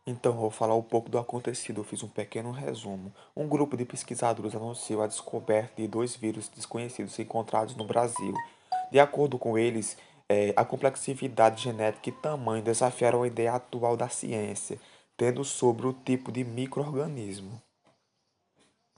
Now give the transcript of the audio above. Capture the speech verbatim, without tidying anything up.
Então, vou falar um pouco do acontecido. Eu fiz um pequeno resumo. Um grupo de pesquisadores anunciou a descoberta de dois vírus desconhecidos encontrados no Brasil. De acordo com eles, eh, a complexidade genética e tamanho desafiaram a ideia atual da ciência, tendo sobre o tipo de micro-organismo.